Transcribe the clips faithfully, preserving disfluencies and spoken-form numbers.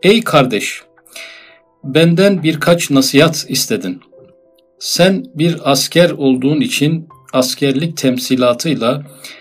Ey kardeş, benden birkaç nasihat istedin. Sen bir asker olduğun için askerlik temsilatıyla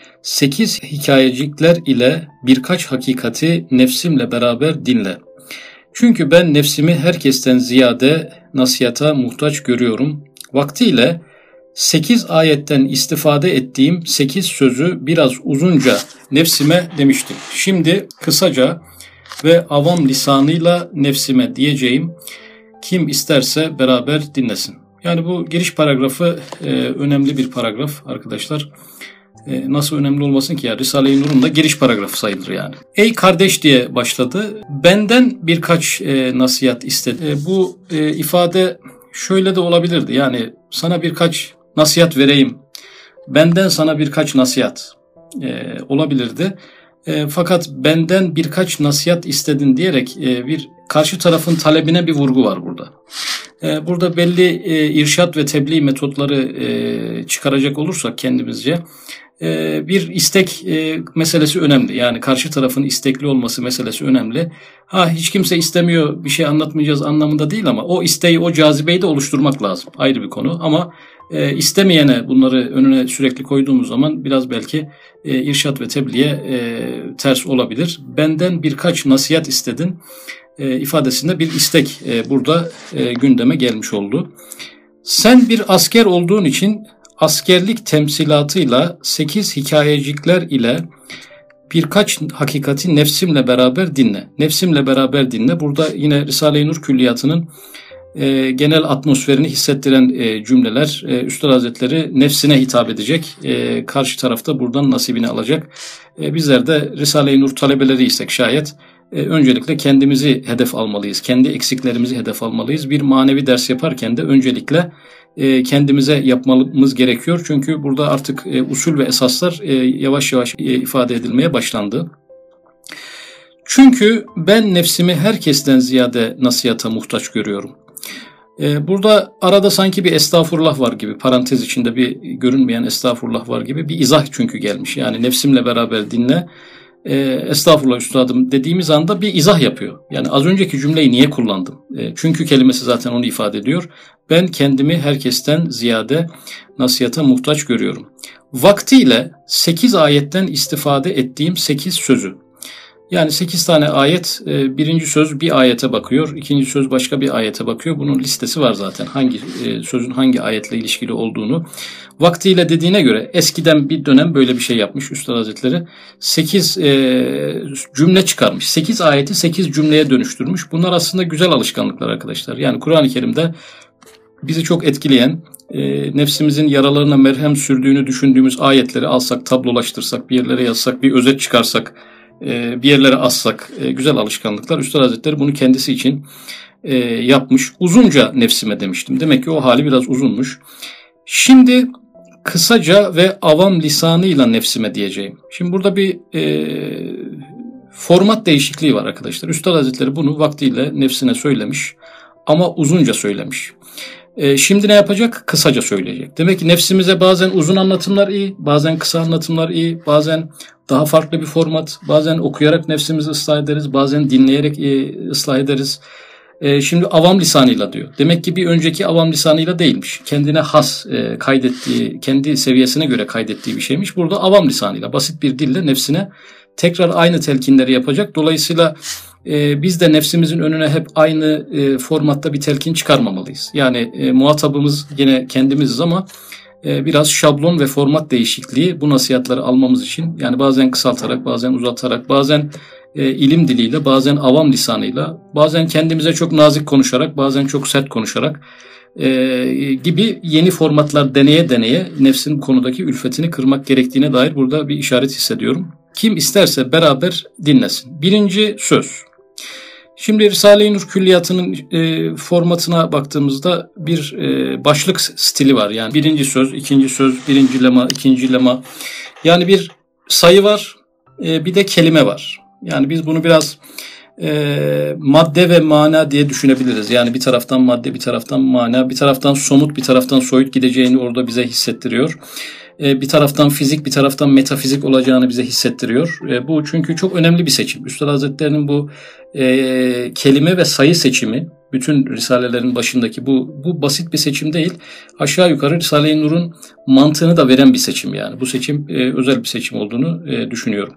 sekiz hikayecikler ile birkaç hakikati nefsimle beraber dinle. Çünkü ben nefsimi herkesten ziyade nasihata muhtaç görüyorum. Vaktiyle sekiz ayetten istifade ettiğim sekiz sözü biraz uzunca nefsime demiştim. Şimdi kısaca ve avam lisanıyla nefsime diyeceğim, kim isterse beraber dinlesin. Yani bu giriş paragrafı e, önemli bir paragraf arkadaşlar. E, nasıl önemli olmasın ki ya, Risale-i Nur'un da giriş paragrafı sayılır yani. Ey kardeş diye başladı. Benden birkaç e, nasihat istedi. E, bu e, ifade şöyle de olabilirdi. Yani sana birkaç nasihat vereyim. Benden sana birkaç nasihat e, olabilirdi. E, fakat benden birkaç nasihat istedin diyerek e, bir karşı tarafın talebine bir vurgu var burada. E, burada belli e, irşat ve tebliğ metotları e, çıkaracak olursak kendimizce e, bir istek e, meselesi önemli. Yani karşı tarafın istekli olması meselesi önemli. Ha hiç kimse istemiyor, bir şey anlatmayacağız anlamında değil ama o isteği, o cazibeyi de oluşturmak lazım. Ayrı bir konu ama e, istemeyene bunları önüne sürekli koyduğumuz zaman biraz belki e, irşat ve tebliğe e, ters olabilir. Benden birkaç nasihat istedin e, ifadesinde bir istek e, burada e, gündeme gelmiş oldu. Sen bir asker olduğun için askerlik temsilatıyla sekiz hikayecikler ile birkaç hakikati nefsimle beraber dinle. Nefsimle beraber dinle. Burada yine Risale-i Nur Külliyatı'nın e, genel atmosferini hissettiren e, cümleler. E, Üstad Hazretleri nefsine hitap edecek. E, karşı tarafta buradan nasibini alacak. E, bizler de Risale-i Nur talebeleri şayet e, öncelikle kendimizi hedef almalıyız. Kendi eksiklerimizi hedef almalıyız. Bir manevi ders yaparken de öncelikle e, kendimize yapmamız gerekiyor. Çünkü burada artık e, usul ve esaslar e, yavaş yavaş e, ifade edilmeye başlandı. Çünkü ben nefsimi herkesten ziyade nasihata muhtaç görüyorum. E, burada arada sanki bir estağfurullah var gibi, parantez içinde bir görünmeyen estağfurullah var gibi bir izah çünkü gelmiş. Yani nefsimle beraber dinle. E, estağfurullah üstadım dediğimiz anda bir izah yapıyor. Yani az önceki cümleyi niye kullandım? E, çünkü kelimesi zaten onu ifade ediyor. Ben kendimi herkesten ziyade nasihata muhtaç görüyorum. Vaktiyle sekiz ayetten istifade ettiğim sekiz sözü. Yani sekiz tane ayet, birinci söz bir ayete bakıyor, ikinci söz başka bir ayete bakıyor. Bunun listesi var zaten, hangi sözün hangi ayetle ilişkili olduğunu. Vaktiyle dediğine göre eskiden bir dönem böyle bir şey yapmış Üstad Hazretleri. sekiz cümle çıkarmış, sekiz ayeti sekiz cümleye dönüştürmüş. Bunlar aslında güzel alışkanlıklar arkadaşlar. Yani Kur'an-ı Kerim'de bizi çok etkileyen, nefsimizin yaralarına merhem sürdüğünü düşündüğümüz ayetleri alsak, tablolaştırsak, bir yerlere yazsak, bir özet çıkarsak, bir yerlere assak, güzel alışkanlıklar. Üstad Hazretleri bunu kendisi için yapmış. Uzunca nefsime demiştim. Demek ki o hali biraz uzunmuş. Şimdi kısaca ve avam lisanıyla nefsime diyeceğim. Şimdi burada bir e, format değişikliği var arkadaşlar. Üstad Hazretleri bunu vaktiyle nefsine söylemiş ama uzunca söylemiş. E, şimdi ne yapacak? Kısaca söyleyecek. Demek ki nefsimize bazen uzun anlatımlar iyi, bazen kısa anlatımlar iyi, bazen daha farklı bir format, bazen okuyarak nefsimizi ıslah ederiz, bazen dinleyerek e, ıslah ederiz. E, şimdi avam lisanıyla diyor. Demek ki bir önceki avam lisanıyla değilmiş. Kendine has e, kaydettiği, kendi seviyesine göre kaydettiği bir şeymiş. Burada avam lisanıyla, basit bir dille nefsine tekrar aynı telkinleri yapacak. Dolayısıyla e, biz de nefsimizin önüne hep aynı e, formatta bir telkin çıkarmamalıyız. Yani e, muhatabımız yine kendimiziz ama e, biraz şablon ve format değişikliği bu nasihatleri almamız için, yani bazen kısaltarak, bazen uzatarak, bazen e, ilim diliyle, bazen avam lisanıyla, bazen kendimize çok nazik konuşarak, bazen çok sert konuşarak e, gibi yeni formatlar deneye deneye nefsin konudaki ülfetini kırmak gerektiğine dair burada bir işaret hissediyorum. Kim isterse beraber dinlesin. Birinci söz. Şimdi Risale-i Nur Külliyatı'nın e, formatına baktığımızda bir e, başlık stili var. Yani birinci söz, ikinci söz, birinci lema, ikinci lema. Yani bir sayı var, e, bir de kelime var. Yani biz bunu biraz e, madde ve mana diye düşünebiliriz. Yani bir taraftan madde, bir taraftan mana, bir taraftan somut, bir taraftan soyut gideceğini orada bize hissettiriyor. Bir taraftan fizik, bir taraftan metafizik olacağını bize hissettiriyor. Bu çünkü çok önemli bir seçim. Üstad Hazretleri'nin bu e, kelime ve sayı seçimi, bütün risalelerin başındaki bu bu basit bir seçim değil. Aşağı yukarı Risale-i Nur'un mantığını da veren bir seçim yani. Bu seçim e, özel bir seçim olduğunu e, düşünüyorum.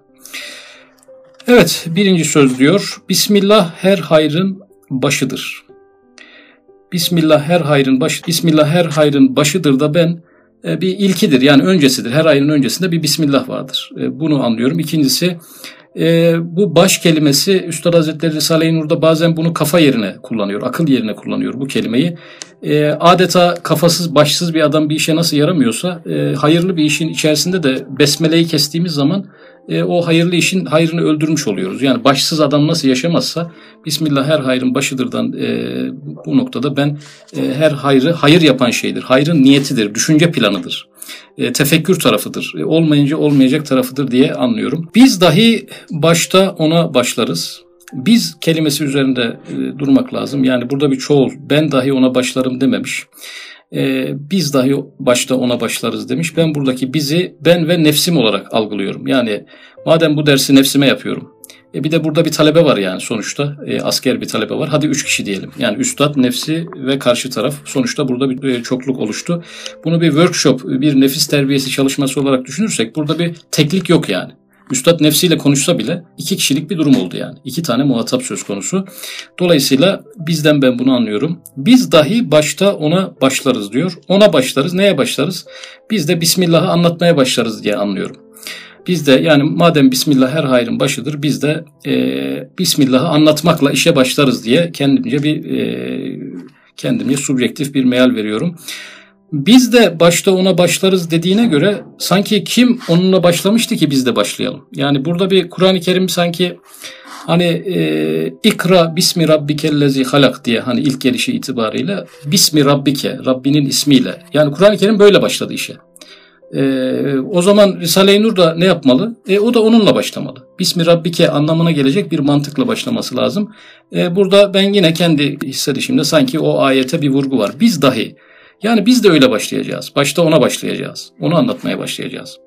Evet, birinci söz diyor. Bismillah her hayrın başıdır. Bismillah her hayrın başı, Bismillah her hayrın başıdır da ben e, bir ilkidir. Yani öncesidir. Her hayrın öncesinde bir Bismillah vardır. E, bunu anlıyorum. İkincisi, e, bu baş kelimesi Üstad Hazretleri Risale-i Nur'da bazen bunu kafa yerine kullanıyor. Akıl yerine kullanıyor bu kelimeyi. E, adeta kafasız, başsız bir adam bir işe nasıl yaramıyorsa e, hayırlı bir işin içerisinde de besmeleyi kestiğimiz zaman E, o hayırlı işin hayrını öldürmüş oluyoruz. Yani başsız adam nasıl yaşamazsa Bismillah her hayrın başıdırdan e, bu noktada ben e, her hayrı hayır yapan şeydir. Hayrın niyetidir, düşünce planıdır, e, tefekkür tarafıdır. E, olmayınca olmayacak tarafıdır diye anlıyorum. Biz dahi başta ona başlarız. Biz kelimesi üzerinde e, durmak lazım. Yani burada bir çoğul, ben dahi ona başlarım dememiş. Ee, biz dahi başta ona başlarız demiş. Ben buradaki bizi ben ve nefsim olarak algılıyorum. Yani madem bu dersi nefsime yapıyorum. E bir de burada bir talebe var yani sonuçta. E, asker bir talebe var. Hadi üç kişi diyelim. Yani üstad, nefsi ve karşı taraf. Sonuçta burada bir e, çokluk oluştu. Bunu bir workshop, bir nefis terbiyesi çalışması olarak düşünürsek burada bir teklik yok yani. Üstad nefsiyle konuşsa bile iki kişilik bir durum oldu yani. İki tane muhatap söz konusu. Dolayısıyla bizden ben bunu anlıyorum. Biz dahi başta ona başlarız diyor. Ona başlarız. Neye başlarız? Biz de Bismillah'ı anlatmaya başlarız diye anlıyorum. Biz de yani madem Bismillah her hayrın başıdır, biz de e, Bismillah'ı anlatmakla işe başlarız diye kendimce bir e, kendimce subjektif bir meal veriyorum. Biz de başta ona başlarız dediğine göre sanki kim onunla başlamıştı ki biz de başlayalım? Yani burada bir Kur'an-ı Kerim sanki hani e, ikra bismi rabbikellezi halak diye hani ilk gelişi itibariyle bismi rabbike, Rabbinin ismiyle. Yani Kur'an-ı Kerim böyle başladı işe. E, o zaman Risale-i Nur da ne yapmalı? E, o da onunla başlamalı. Bismi rabbike anlamına gelecek bir mantıkla başlaması lazım. E, burada ben yine kendi hissedişimde sanki o ayete bir vurgu var. Biz dahi Yani biz de öyle başlayacağız. Başta ona başlayacağız. Onu anlatmaya başlayacağız.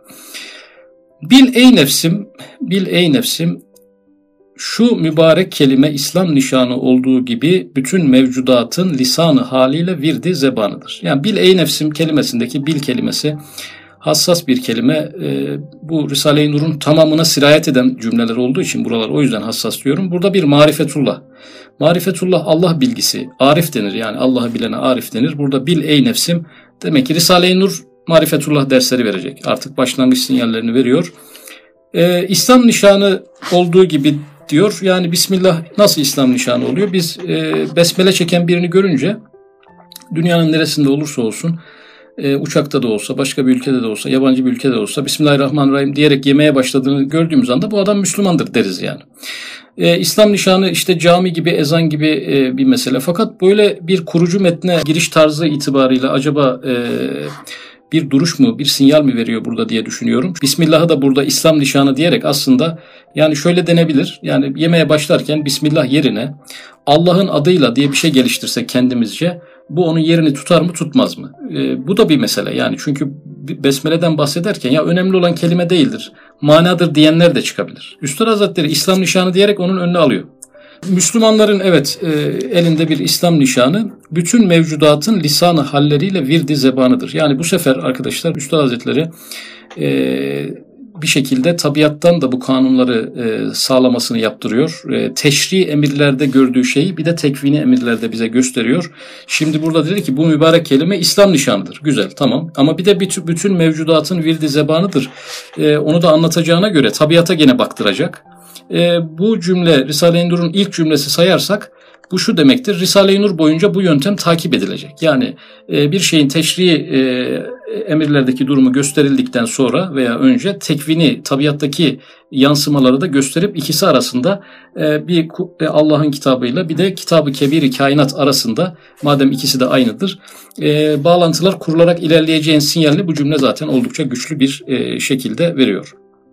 Bil ey nefsim, bil ey nefsim, şu mübarek kelime İslam nişanı olduğu gibi bütün mevcudatın lisanı haliyle virdi zebanıdır. Yani bil ey nefsim kelimesindeki bil kelimesi hassas bir kelime. E, bu Risale-i Nur'un tamamına sirayet eden cümleler olduğu için buralar o yüzden hassas diyorum. Burada bir marifetullah. Marifetullah Allah bilgisi. Arif denir yani Allah'ı bilene arif denir. Burada bil ey nefsim. Demek ki Risale-i Nur marifetullah dersleri verecek. Artık başlangıç sinyallerini veriyor. E, İslam nişanı olduğu gibi diyor. Yani Bismillah nasıl İslam nişanı oluyor? Biz e, besmele çeken birini görünce dünyanın neresinde olursa olsun e, uçakta da olsa, başka bir ülkede de olsa, yabancı bir ülkede de olsa Bismillahirrahmanirrahim diyerek yemeye başladığını gördüğümüz anda bu adam Müslümandır deriz yani. E, İslam nişanı işte cami gibi, ezan gibi e, bir mesele. Fakat böyle bir kurucu metne giriş tarzı itibarıyla acaba e, bir duruş mu, bir sinyal mi veriyor burada diye düşünüyorum. Bismillah'ı da burada İslam nişanı diyerek aslında yani şöyle denebilir. Yani yemeye başlarken Bismillah yerine Allah'ın adıyla diye bir şey geliştirsek kendimizce bu onun yerini tutar mı tutmaz mı? E, bu da bir mesele yani çünkü besmeleden bahsederken ya önemli olan kelime değildir, manadır diyenler de çıkabilir. Üstad Hazretleri İslam nişanı diyerek onun önüne alıyor. Müslümanların evet e, elinde bir İslam nişanı bütün mevcudatın lisanı halleriyle virdi zebanıdır. Yani bu sefer arkadaşlar Üstad Hazretleri e, bir şekilde tabiattan da bu kanunları e, sağlamasını yaptırıyor. E, teşri emirlerde gördüğü şeyi bir de tekvini emirlerde bize gösteriyor. Şimdi burada dedi ki bu mübarek kelime İslam nişanıdır. Güzel, tamam. Ama bir de bütün, bütün mevcudatın virdi zebanıdır. E, onu da anlatacağına göre tabiata gene baktıracak. E, bu cümle Risale-i Nur'un ilk cümlesi sayarsak bu şu demektir. Risale-i Nur boyunca bu yöntem takip edilecek. Yani e, bir şeyin teşri e, emirlerdeki durumu gösterildikten sonra veya önce tekvini, tabiattaki yansımaları da gösterip ikisi arasında e, bir e, Allah'ın kitabıyla bir de Kitab-ı Kebir-i Kainat arasında madem ikisi de aynıdır e, bağlantılar kurularak ilerleyeceğin sinyalini bu cümle zaten oldukça güçlü bir e, şekilde veriyor.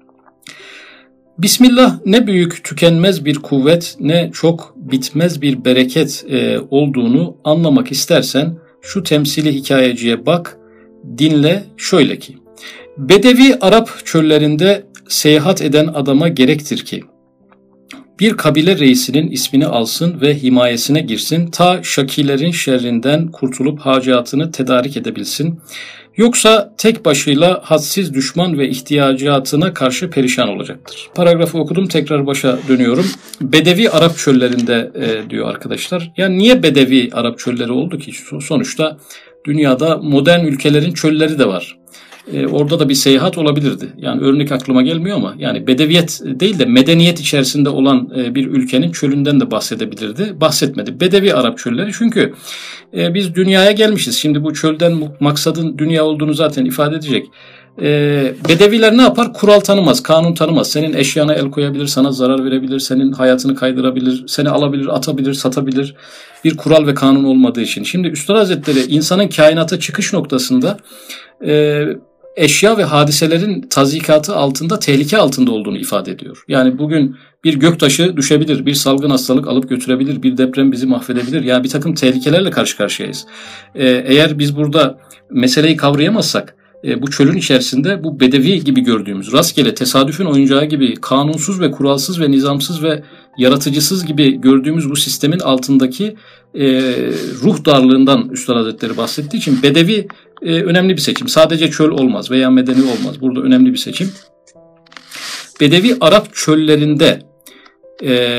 Bismillah ne büyük tükenmez bir kuvvet ne çok bitmez bir bereket e, olduğunu anlamak istersen şu temsili hikayeciye bak, dinle şöyle ki. Bedevi Arap çöllerinde seyahat eden adama gerektir ki Bir kabile reisinin ismini alsın ve himayesine girsin, ta şakilerin şerrinden kurtulup hacatını tedarik edebilsin. Yoksa tek başıyla hadsiz düşman ve ihtiyacatına karşı perişan olacaktır. Paragrafı okudum, tekrar başa dönüyorum. Bedevi Arap çöllerinde e, diyor arkadaşlar. Yani niye Bedevi Arap çölleri oldu ki? Sonuçta dünyada modern ülkelerin çölleri de var. E, orada da bir seyahat olabilirdi. Yani örnek aklıma gelmiyor ama yani bedeviyet değil de medeniyet içerisinde olan e, bir ülkenin çölünden de bahsedebilirdi. Bahsetmedi. Bedevi Arap çölleri, çünkü e, biz dünyaya gelmişiz. Şimdi bu çölden maksadın dünya olduğunu zaten ifade edecek. E, Bedeviler ne yapar? Kural tanımaz, kanun tanımaz. Senin eşyana el koyabilir, sana zarar verebilir, senin hayatını kaydırabilir, seni alabilir, atabilir, satabilir. Bir kural ve kanun olmadığı için. Şimdi Üstad Hazretleri insanın kainata çıkış noktasında e, eşya ve hadiselerin tazikatı altında, tehlike altında olduğunu ifade ediyor. Yani bugün bir göktaşı düşebilir, bir salgın hastalık alıp götürebilir, bir deprem bizi mahvedebilir. Yani bir takım tehlikelerle karşı karşıyayız. Ee, eğer biz burada meseleyi kavrayamazsak, e, bu çölün içerisinde bu bedevi gibi gördüğümüz, rastgele tesadüfün oyuncağı gibi, kanunsuz ve kuralsız ve nizamsız ve yaratıcısız gibi gördüğümüz bu sistemin altındaki e, ruh darlığından Üstad Hazretleri bahsettiği için bedevi e, önemli bir seçim. Sadece çöl olmaz veya medeni olmaz. Burada önemli bir seçim. Bedevi Arap çöllerinde e,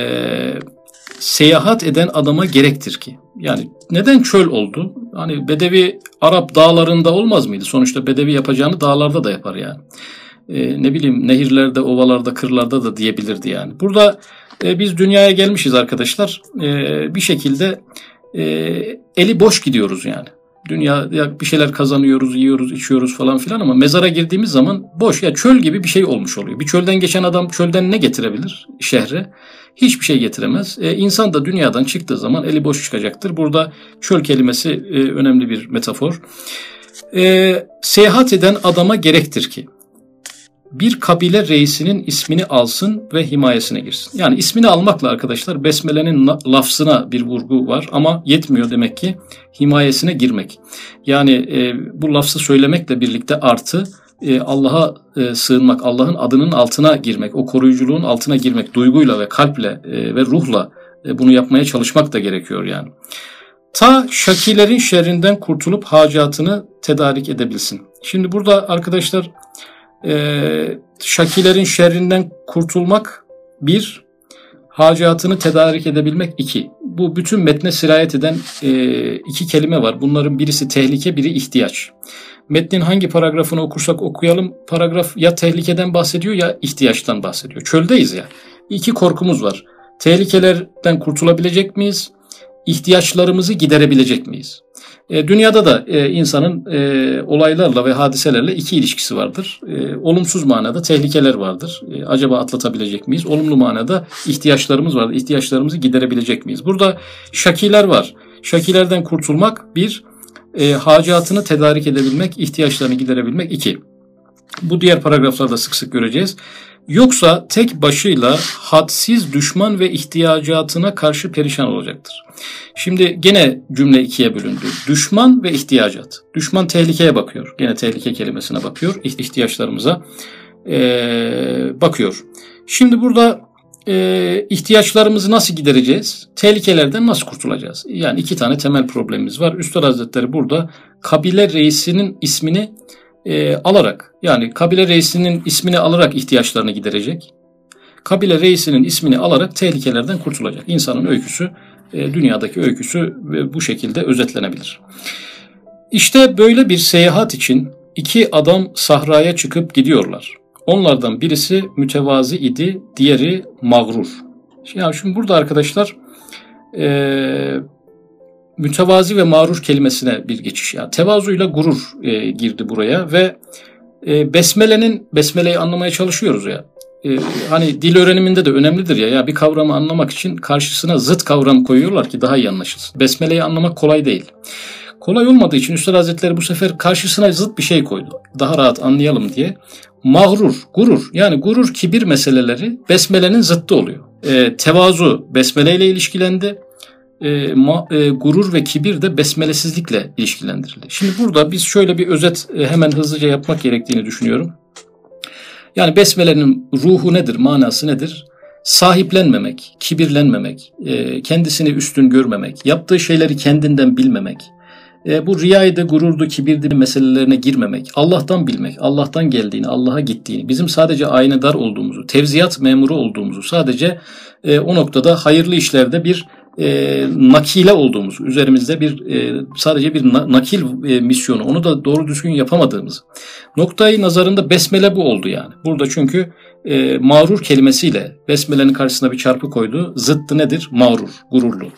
seyahat eden adama gerektir ki. Yani neden çöl oldu? Hani Bedevi Arap dağlarında olmaz mıydı? Sonuçta Bedevi yapacağını dağlarda da yapar yani. E, ne bileyim nehirlerde, ovalarda, kırlarda da diyebilirdi yani. Burada e, biz dünyaya gelmişiz arkadaşlar. E, bir şekilde e, eli boş gidiyoruz yani. Dünyada bir şeyler kazanıyoruz, yiyoruz, içiyoruz falan filan ama mezara girdiğimiz zaman boş. Ya çöl gibi bir şey olmuş oluyor. Bir çölden geçen adam çölden ne getirebilir şehre? Hiçbir şey getiremez. E, insan da dünyadan çıktığı zaman eli boş çıkacaktır. Burada çöl kelimesi e, önemli bir metafor. E, seyahat eden adama gerektir ki bir kabile reisinin ismini alsın ve himayesine girsin. Yani ismini almakla arkadaşlar besmelenin lafzına bir vurgu var ama yetmiyor demek ki himayesine girmek. Yani e, bu lafzı söylemekle birlikte artı e, Allah'a e, sığınmak, Allah'ın adının altına girmek, o koruyuculuğun altına girmek, duyguyla ve kalple e, ve ruhla e, bunu yapmaya çalışmak da gerekiyor yani. Ta şakilerin şerrinden kurtulup hacatını tedarik edebilsin. Şimdi burada arkadaşlar Ee, şakilerin şerrinden kurtulmak bir, hacatını tedarik edebilmek iki. Bu bütün metne sirayet eden e, iki kelime var. Bunların birisi tehlike, biri ihtiyaç. Metnin hangi paragrafını okursak okuyalım, paragraf ya tehlikeden bahsediyor ya ihtiyaçtan bahsediyor. Çöldeyiz ya. İki korkumuz var. Tehlikelerden kurtulabilecek miyiz? İhtiyaçlarımızı giderebilecek miyiz? E, dünyada da e, insanın e, olaylarla ve hadiselerle iki ilişkisi vardır. E, olumsuz manada tehlikeler vardır. E, acaba atlatabilecek miyiz? Olumlu manada ihtiyaçlarımız vardır. İhtiyaçlarımızı giderebilecek miyiz? Burada şakiler var. Şakilerden kurtulmak bir, e, hacatını tedarik edebilmek, ihtiyaçlarını giderebilmek iki. Bu diğer paragraflarda sık sık göreceğiz. Yoksa tek başıyla hadsiz düşman ve ihtiyacatına karşı perişan olacaktır. Şimdi gene cümle ikiye bölündü. Düşman ve ihtiyacat. Düşman tehlikeye bakıyor. Gene tehlike kelimesine bakıyor. İhtiyaçlarımıza ee, bakıyor. Şimdi burada e, ihtiyaçlarımızı nasıl gidereceğiz? Tehlikelerden nasıl kurtulacağız? Yani iki tane temel problemimiz var. Üstad Hazretleri burada kabile reisinin ismini E, alarak, yani kabile reisinin ismini alarak ihtiyaçlarını giderecek. Kabile reisinin ismini alarak tehlikelerden kurtulacak. İnsanın öyküsü, e, dünyadaki öyküsü bu şekilde özetlenebilir. İşte böyle bir seyahat için iki adam sahraya çıkıp gidiyorlar. Onlardan birisi mütevazi idi, diğeri mağrur. Yani şimdi burada arkadaşlar eee mütevazi ve mağrur kelimesine bir geçiş. Yani tevazuyla gurur e, girdi buraya ve e, besmelenin, besmeleyi anlamaya çalışıyoruz ya. E, hani dil öğreniminde de önemlidir ya. Ya bir kavramı anlamak için karşısına zıt kavram koyuyorlar ki daha iyi anlaşılsın. Besmeleyi anlamak kolay değil. Kolay olmadığı için Üstad Hazretleri bu sefer karşısına zıt bir şey koydu. Daha rahat anlayalım diye. Mağrur, gurur. Yani gurur, kibir meseleleri besmelenin zıttı oluyor. E, tevazu besmeleyle ilişkilendi. E, ma, e, gurur ve kibir de besmelesizlikle ilişkilendirildi. Şimdi burada biz şöyle bir özet e, hemen hızlıca yapmak gerektiğini düşünüyorum. Yani besmelenin ruhu nedir, manası nedir? sahiplenmemek, kibirlenmemek, kendisini üstün görmemek, yaptığı şeyleri kendinden bilmemek, bu riyaydı, gururdu, kibirdi meselelerine girmemek, Allah'tan bilmek, Allah'tan geldiğini, Allah'a gittiğini, bizim sadece aynedar olduğumuzu, tevziyat memuru olduğumuzu, sadece o noktada hayırlı işlerde bir E, nakile olduğumuz, üzerimizde bir e, sadece bir na, nakil e, misyonu, onu da doğru düzgün yapamadığımız noktayı nazarında besmele bu oldu yani. Burada çünkü e, mağrur kelimesiyle besmelenin karşısına bir çarpı koydu. Zıttı nedir? Mağrur, gururlu.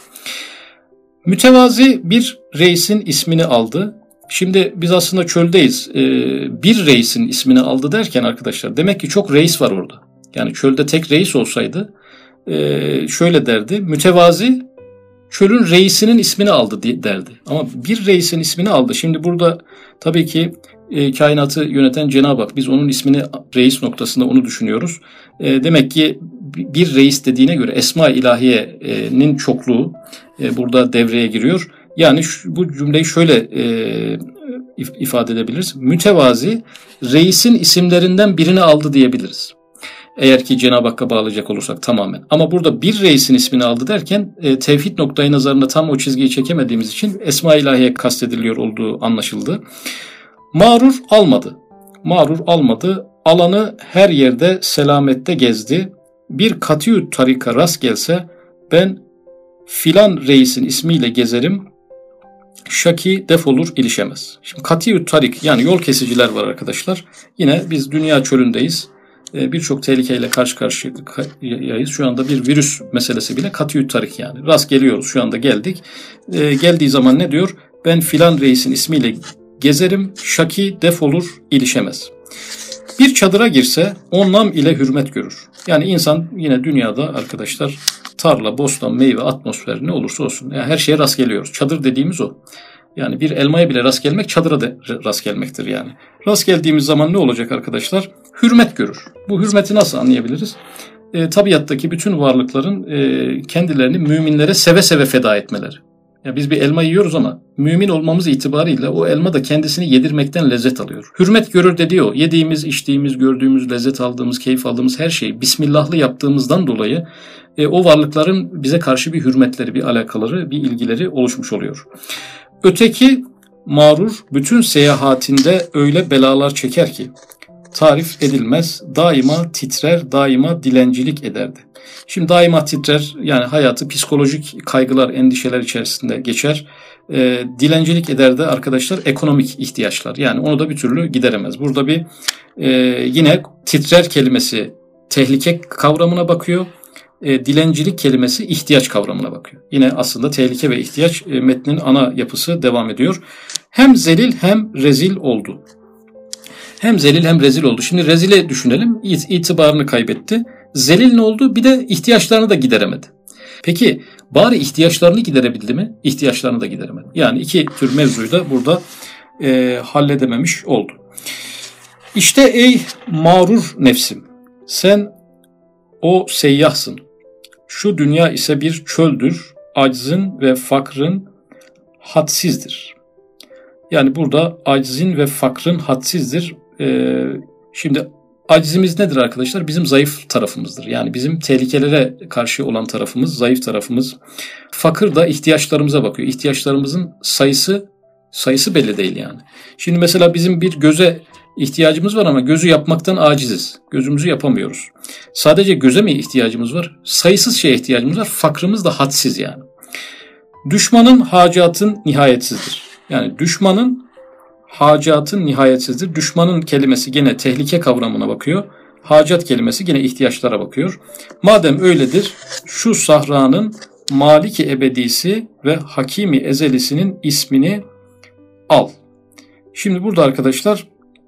Mütevazi bir reisin ismini aldı. Şimdi biz aslında çöldeyiz. E, bir reisin ismini aldı derken arkadaşlar, demek ki çok reis var orada. Yani çölde tek reis olsaydı e, şöyle derdi: mütevazi çölün reisinin ismini aldı derdi. Ama bir reisin ismini aldı. Şimdi burada tabii ki e, kainatı yöneten Cenab-ı Hak. Biz onun ismini reis noktasında onu düşünüyoruz. E, demek ki bir reis dediğine göre Esma-i İlahiye'nin çokluğu e, burada devreye giriyor. Yani şu, bu cümleyi şöyle e, ifade edebiliriz. Mütevazi reisin isimlerinden birini aldı diyebiliriz. Eğer ki Cenab-ı Hakk'a bağlayacak olursak tamamen. Ama burada bir reisin ismini aldı derken e, tevhid noktayı nazarında tam o çizgiyi çekemediğimiz için Esma-i İlahiye kastediliyor olduğu anlaşıldı. Mağrur almadı. Mağrur almadı. Alanı her yerde selamette gezdi. Bir katiyü tarika rast gelse ben filan reisin ismiyle gezerim. Şaki defolur ilişemez. Şimdi katiyü tarik, yani yol kesiciler var arkadaşlar. Yine biz dünya çölündeyiz. Birçok tehlikeyle karşı karşıyayız. Şu anda bir virüs meselesi bile katiyü tarik yani. Rast geliyoruz, şu anda geldik. E, geldiği zaman ne diyor? Ben filan reisin ismiyle gezerim, şaki defolur ilişemez. Bir çadıra girse on nam ile hürmet görür. Yani insan yine dünyada arkadaşlar tarla, bostan, meyve, atmosfer ne olursa olsun. Yani her şeye rast geliyoruz. Çadır dediğimiz o. Yani bir elmaya bile rast gelmek çadıra da rast gelmektir yani. Rast geldiğimiz zaman ne olacak arkadaşlar? Hürmet görür. Bu hürmeti nasıl anlayabiliriz? E, tabiattaki bütün varlıkların e, kendilerini müminlere seve seve feda etmeleri. Ya biz bir elma yiyoruz ama mümin olmamız itibariyle o elma da kendisini yedirmekten lezzet alıyor. Hürmet görür dediği o. Yediğimiz, içtiğimiz, gördüğümüz, lezzet aldığımız, keyif aldığımız her şeyi Bismillahlı yaptığımızdan dolayı e, o varlıkların bize karşı bir hürmetleri, bir alakaları, bir ilgileri oluşmuş oluyor. Öteki mağrur bütün seyahatinde öyle belalar çeker ki tarif edilmez, daima titrer, daima dilencilik ederdi. Şimdi daima titrer, yani hayatı psikolojik kaygılar, endişeler içerisinde geçer. E, dilencilik ederdi arkadaşlar, ekonomik ihtiyaçlar. Yani onu da bir türlü gideremez. Burada bir e, yine titrer kelimesi tehlike kavramına bakıyor. E, dilencilik kelimesi ihtiyaç kavramına bakıyor. Yine aslında tehlike ve ihtiyaç e, metnin ana yapısı devam ediyor. Hem zelil hem rezil oldu. Hem zelil hem rezil oldu. Şimdi rezile düşünelim. İtibarını kaybetti. Zelil ne oldu? Bir de ihtiyaçlarını da gideremedi. Peki bari ihtiyaçlarını giderebildi mi? İhtiyaçlarını da gideremedi. Yani iki tür mevzuyu da burada e, halledememiş oldu. İşte ey mağrur nefsim, sen o seyyahsın. Şu dünya ise bir çöldür. Aczın ve fakrın hadsizdir. Yani burada aczin ve fakrın hadsizdir. Ee, şimdi acizimiz nedir arkadaşlar? Bizim zayıf tarafımızdır. Yani bizim tehlikelere karşı olan tarafımız, zayıf tarafımız. Fakir da ihtiyaçlarımıza bakıyor. İhtiyaçlarımızın sayısı sayısı belli değil yani. Şimdi mesela bizim bir göze ihtiyacımız var ama gözü yapmaktan aciziz. Gözümüzü yapamıyoruz. Sadece göze mi ihtiyacımız var? Sayısız şeye ihtiyacımız var. Fakrımız da hadsiz yani. Düşmanın hacatın nihayetsizdir. Yani düşmanın hacatın nihayetsizdir. Düşmanın kelimesi gene tehlike kavramına bakıyor. Hacat kelimesi gene ihtiyaçlara bakıyor. Madem öyledir, şu sahranın Maliki ebedisi ve Hakimi ezelisinin ismini al. Şimdi burada arkadaşlar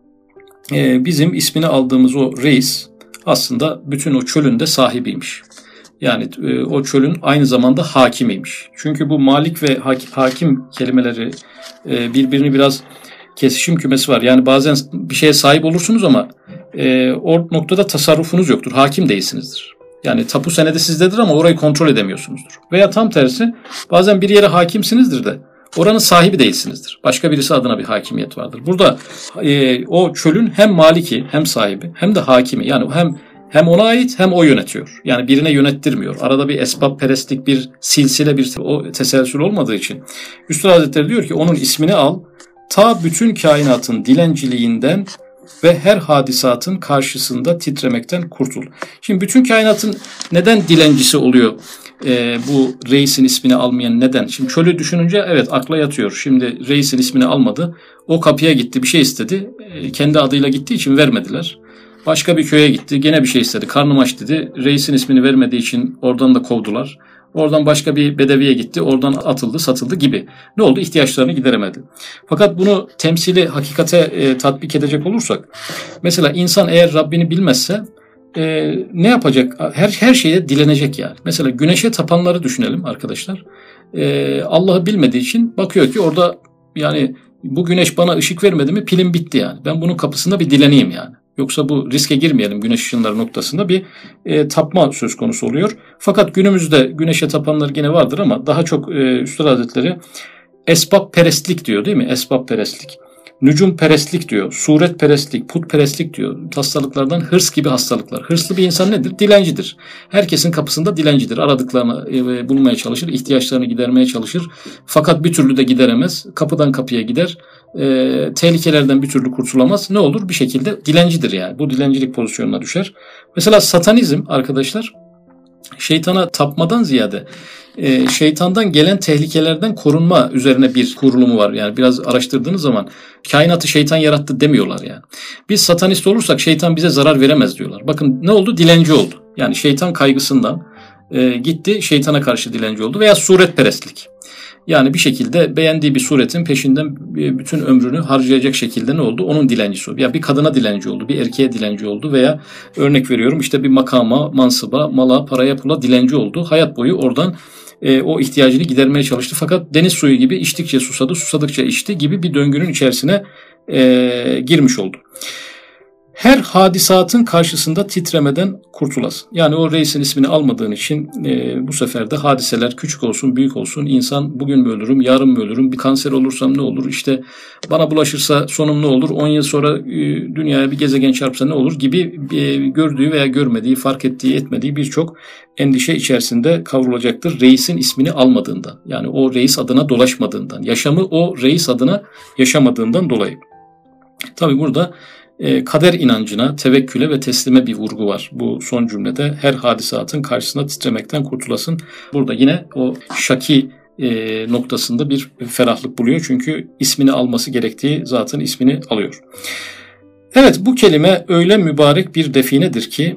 bizim ismini aldığımız o reis aslında bütün o çölün de sahibiymiş. Yani o çölün aynı zamanda hakimiymiş. Çünkü bu malik ve hakim kelimeleri birbirini biraz kesişim kümesi var. Yani bazen bir şeye sahip olursunuz ama o noktada tasarrufunuz yoktur. Hakim değilsinizdir. Yani tapu senedi sizdedir ama orayı kontrol edemiyorsunuzdur. Veya tam tersi, bazen bir yere hakimsinizdir de oranın sahibi değilsinizdir. Başka birisi adına bir hakimiyet vardır. Burada e, o çölün hem maliki hem sahibi hem de hakimi, yani hem Hem ona ait hem o yönetiyor. Yani birine yönettirmiyor. Arada bir esbab perestlik, bir silsile, bir o teselsül olmadığı için. Üstad Hazretleri diyor ki onun ismini al. Ta bütün kainatın dilenciliğinden ve her hadisatın karşısında titremekten kurtul. Şimdi bütün kainatın neden dilencisi oluyor? Ee, bu reisin ismini almayan neden? Şimdi çölü düşününce evet akla yatıyor. Şimdi reisin ismini almadı. O kapıya gitti, bir şey istedi. Ee, kendi adıyla gittiği için vermediler. Başka bir köye gitti, gene bir şey istedi. Karnım aç dedi. Reisin ismini vermediği için oradan da kovdular. Oradan başka bir bedeviye gitti. Oradan atıldı, satıldı gibi. Ne oldu? İhtiyaçlarını gideremedi. Fakat bunu temsili hakikate e, tatbik edecek olursak, mesela insan eğer Rabbini bilmezse e, ne yapacak? Her her şeye dilenecek yani. Mesela güneşe tapanları düşünelim arkadaşlar. E, Allah'ı bilmediği için bakıyor ki orada yani bu güneş bana ışık vermedi mi pilim bitti yani. Ben bunun kapısında bir dileneyim yani. Yoksa bu riske girmeyelim güneş ışınları noktasında bir e, tapma söz konusu oluyor. Fakat günümüzde güneşe tapanlar yine vardır ama daha çok e, Üstad Hazretleri esbab perestlik diyor değil mi? Esbab perestlik. Nücum perestlik diyor. Suret perestlik, put perestlik diyor. Hastalıklardan hırs gibi hastalıklar. Hırslı bir insan nedir? Dilencidir. Herkesin kapısında dilencidir. Aradıklarını e, bulmaya çalışır, ihtiyaçlarını gidermeye çalışır. Fakat bir türlü de gideremez. Kapıdan kapıya gider. E, tehlikelerden bir türlü kurtulamaz. Ne olur? Bir şekilde dilencidir yani. Bu dilencilik pozisyonuna düşer. Mesela satanizm arkadaşlar şeytana tapmadan ziyade e, şeytandan gelen tehlikelerden korunma üzerine bir kurulumu var. Yani biraz araştırdığınız zaman kainatı şeytan yarattı demiyorlar yani. Biz satanist olursak şeytan bize zarar veremez diyorlar. Bakın ne oldu? Dilenci oldu. Yani şeytan kaygısından e, gitti şeytana karşı dilenci oldu veya suretperestlik. Yani bir şekilde beğendiği bir suretin peşinden bütün ömrünü harcayacak şekilde ne oldu? Onun dilencisi oldu. Ya bir kadına dilenci oldu, bir erkeğe dilenci oldu veya örnek veriyorum işte bir makama, mansıba, mala, paraya, pula dilenci oldu. Hayat boyu oradan e, o ihtiyacını gidermeye çalıştı. Fakat deniz suyu gibi içtikçe susadı, susadıkça içti gibi bir döngünün içerisine e, girmiş oldu. Her hadisatın karşısında titremeden kurtulasın. Yani o reisin ismini almadığın için e, bu sefer de hadiseler küçük olsun büyük olsun insan bugün mü ölürüm yarın mı ölürüm bir kanser olursam ne olur işte bana bulaşırsa sonum ne olur on yıl sonra e, dünyaya bir gezegen çarpsa ne olur gibi e, gördüğü veya görmediği fark ettiği etmediği birçok endişe içerisinde kavrulacaktır reisin ismini almadığından. Yani o reis adına dolaşmadığından yaşamı o reis adına yaşamadığından dolayı. Tabi burada kader inancına, tevekküle ve teslime bir vurgu var. Bu son cümlede her hadisatın karşısında titremekten kurtulasın. Burada yine o şaki e, noktasında bir ferahlık buluyor. Çünkü ismini alması gerektiği zatın ismini alıyor. Evet bu kelime öyle mübarek bir definedir ki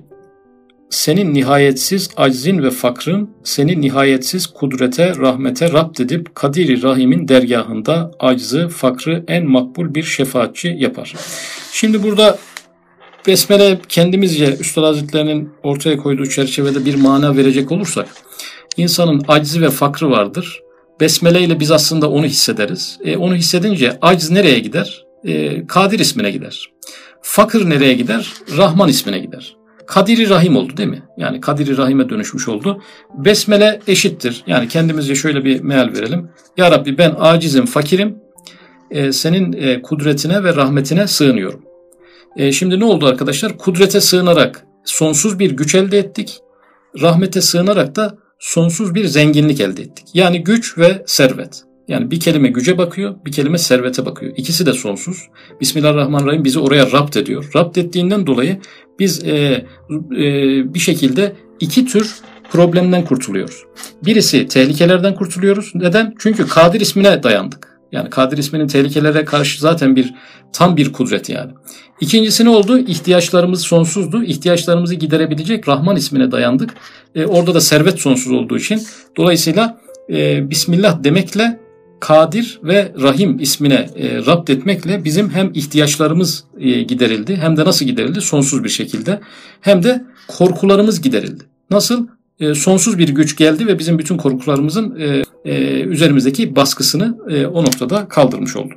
senin nihayetsiz aczin ve fakrın seni nihayetsiz kudrete, rahmete rapt edip Kadir-i Rahim'in dergahında aczı, fakrı en makbul bir şefaatçi yapar. Şimdi burada Besmele kendimizce Üstad Hazretleri'nin ortaya koyduğu çerçevede bir mana verecek olursak insanın aczi ve fakrı vardır. Besmele ile biz aslında onu hissederiz. E, onu hissedince acz nereye gider? E, Kadir ismine gider. Fakir nereye gider? Rahman ismine gider. Kadir-i Rahim oldu değil mi? Yani Kadir-i Rahim'e dönüşmüş oldu. Besmele eşittir. Yani kendimizce şöyle bir meal verelim. Ya Rabbi ben acizim, fakirim. Ee, senin e, kudretine ve rahmetine sığınıyorum. E, şimdi ne oldu arkadaşlar? Kudrete sığınarak sonsuz bir güç elde ettik. Rahmete sığınarak da sonsuz bir zenginlik elde ettik. Yani güç ve servet. Yani bir kelime güce bakıyor, bir kelime servete bakıyor. İkisi de sonsuz. Bismillahirrahmanirrahim bizi oraya rapt ediyor. Rapt ettiğinden dolayı biz e, e, bir şekilde iki tür problemden kurtuluyoruz. Birisi tehlikelerden kurtuluyoruz. Neden? Çünkü Kadir ismine dayandık. Yani Kadir isminin tehlikelere karşı zaten bir tam bir kudret yani. İkincisi ne oldu? İhtiyaçlarımız sonsuzdu. İhtiyaçlarımızı giderebilecek Rahman ismine dayandık. E, orada da servet sonsuz olduğu için. Dolayısıyla e, Bismillah demekle Kadir ve Rahim ismine e, rapt etmekle bizim hem ihtiyaçlarımız e, giderildi hem de nasıl giderildi? Sonsuz bir şekilde. Hem de korkularımız giderildi. Nasıl? E, sonsuz bir güç geldi ve bizim bütün korkularımızın e, e, üzerimizdeki baskısını e, o noktada kaldırmış oldu.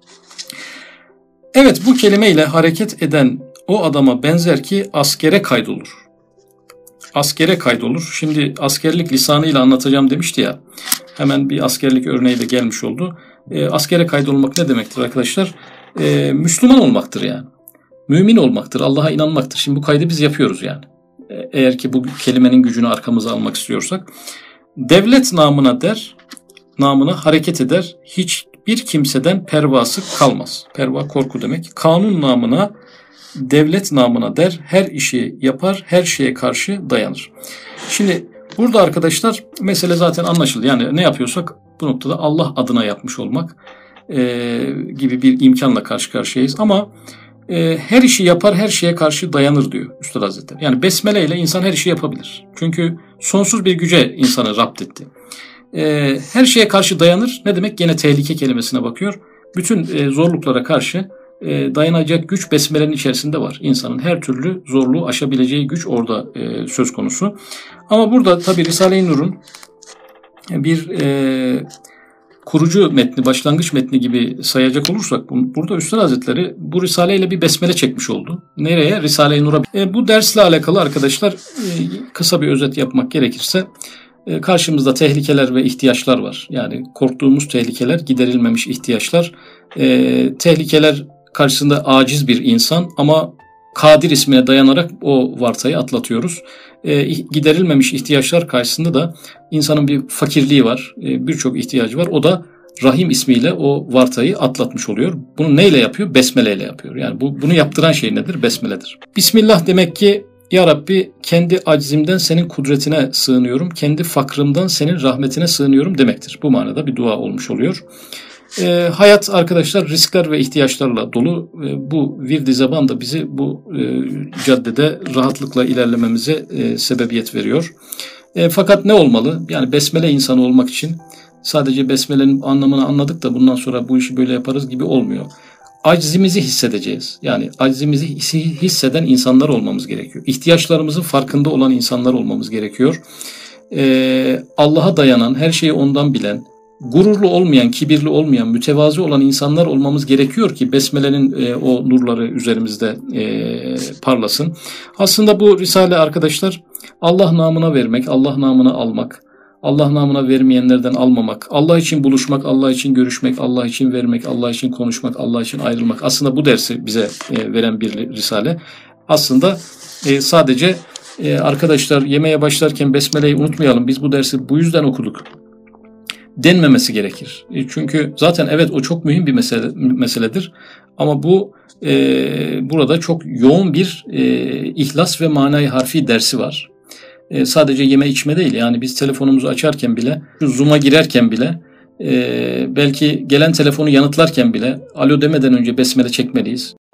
Evet bu kelimeyle hareket eden o adama benzer ki askere kaydolur. Askere kaydolur. Şimdi askerlik lisanıyla anlatacağım demişti ya. Hemen bir askerlik örneği de gelmiş oldu. E, askere kaydolmak ne demektir arkadaşlar? E, Müslüman olmaktır yani. Mümin olmaktır, Allah'a inanmaktır. Şimdi bu kaydı biz yapıyoruz yani. eğer ki bu kelimenin gücünü arkamıza almak istiyorsak. Devlet namına der, namına hareket eder, hiçbir kimseden pervası kalmaz. Perva korku demek. Kanun namına, devlet namına der, her işi yapar, her şeye karşı dayanır. Şimdi burada arkadaşlar mesele zaten anlaşıldı. Yani ne yapıyorsak bu noktada Allah adına yapmış olmak e, gibi bir imkanla karşı karşıyayız. Ama e, her işi yapar, her şeye karşı dayanır diyor Üstad Hazretleri. Yani besmele ile insan her işi yapabilir. Çünkü sonsuz bir güce insanı rapt etti. E, her şeye karşı dayanır. Ne demek? Gene tehlike kelimesine bakıyor. Bütün e, zorluklara karşı e, dayanacak güç besmelenin içerisinde var. İnsanın her türlü zorluğu aşabileceği güç orada e, söz konusu. Ama burada tabi Risale-i Nur'un bir e, kurucu metni, başlangıç metni gibi sayacak olursak burada Üstad Hazretleri bu Risale ile bir besmele çekmiş oldu. Nereye? Risale-i Nur'a. E, bu dersle alakalı arkadaşlar e, kısa bir özet yapmak gerekirse e, karşımızda tehlikeler ve ihtiyaçlar var. Yani korktuğumuz tehlikeler, giderilmemiş ihtiyaçlar. E, tehlikeler karşısında aciz bir insan ama Kadir ismine dayanarak o vartayı atlatıyoruz. E, giderilmemiş ihtiyaçlar karşısında da insanın bir fakirliği var, e, birçok ihtiyacı var. O da Rahim ismiyle o vartayı atlatmış oluyor. Bunu neyle yapıyor? Besmele ile yapıyor. Yani bu, bunu yaptıran şey nedir? Besmeledir. Bismillah demek ki Ya Rabbi kendi aczimden senin kudretine sığınıyorum, kendi fakrımdan senin rahmetine sığınıyorum demektir. Bu manada bir dua olmuş oluyor. E, hayat arkadaşlar riskler ve ihtiyaçlarla dolu. E, bu virdi zeban da bizi bu e, caddede rahatlıkla ilerlememize e, sebebiyet veriyor. E, fakat ne olmalı? Yani besmele insanı olmak için sadece besmelenin anlamını anladık da bundan sonra bu işi böyle yaparız gibi olmuyor. Aczimizi hissedeceğiz. Yani aczimizi hisseden insanlar olmamız gerekiyor. İhtiyaçlarımızın farkında olan insanlar olmamız gerekiyor. E, Allah'a dayanan, her şeyi ondan bilen, gururlu olmayan, kibirli olmayan, mütevazi olan insanlar olmamız gerekiyor ki besmelenin e, o nurları üzerimizde e, parlasın. Aslında bu Risale arkadaşlar Allah namına vermek, Allah namına almak, Allah namına vermeyenlerden almamak, Allah için buluşmak, Allah için görüşmek, Allah için vermek, Allah için konuşmak, Allah için ayrılmak. Aslında bu dersi bize e, veren bir Risale. Aslında e, sadece e, arkadaşlar yemeğe başlarken besmeleyi unutmayalım. Biz bu dersi bu yüzden okuduk denmemesi gerekir. Çünkü zaten evet o çok mühim bir mesele, meseledir. Ama bu e, burada çok yoğun bir e, ihlas ve manayı harfi dersi var. E, sadece yeme içme değil. Yani biz telefonumuzu açarken bile, şu Zoom'a girerken bile, e, belki gelen telefonu yanıtlarken bile alo demeden önce besmele çekmeliyiz.